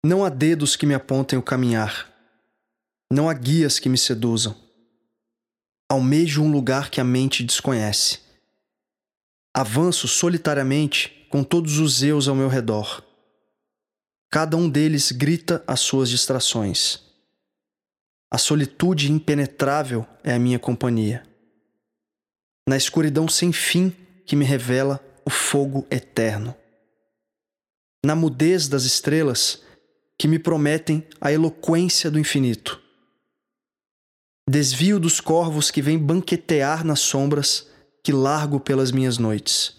Não há dedos que me apontem o caminhar. Não há guias que me seduzam. Almejo um lugar que a mente desconhece. Avanço solitariamente com todos os eus ao meu redor. Cada um deles grita as suas distrações. A solitude impenetrável é a minha companhia. Na escuridão sem fim que me revela o fogo eterno. Na mudez das estrelas que me prometem a eloquência do infinito. Desvio dos corvos que vêm banquetear nas sombras que largo pelas minhas noites.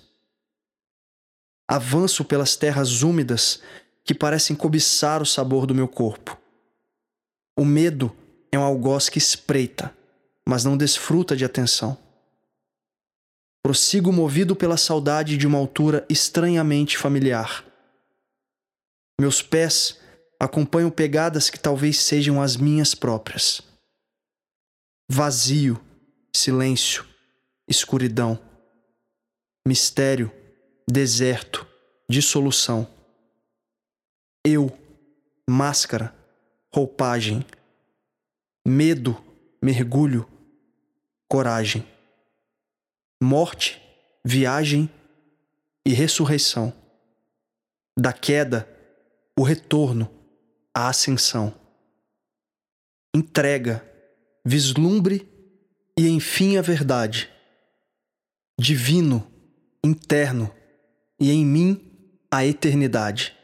Avanço pelas terras úmidas que parecem cobiçar o sabor do meu corpo. O medo é um algoz que espreita, mas não desfruta de atenção. Prossigo movido pela saudade de uma altura estranhamente familiar. Meus pés acompanham pegadas que talvez sejam as minhas próprias. Vazio, silêncio, escuridão, mistério, deserto, dissolução. Eu, máscara, roupagem. Medo, mergulho, coragem. Morte, viagem e ressurreição. Da queda, o retorno, a ascensão. Entrega, vislumbre e enfim a verdade. Divino, interno e em mim a eternidade.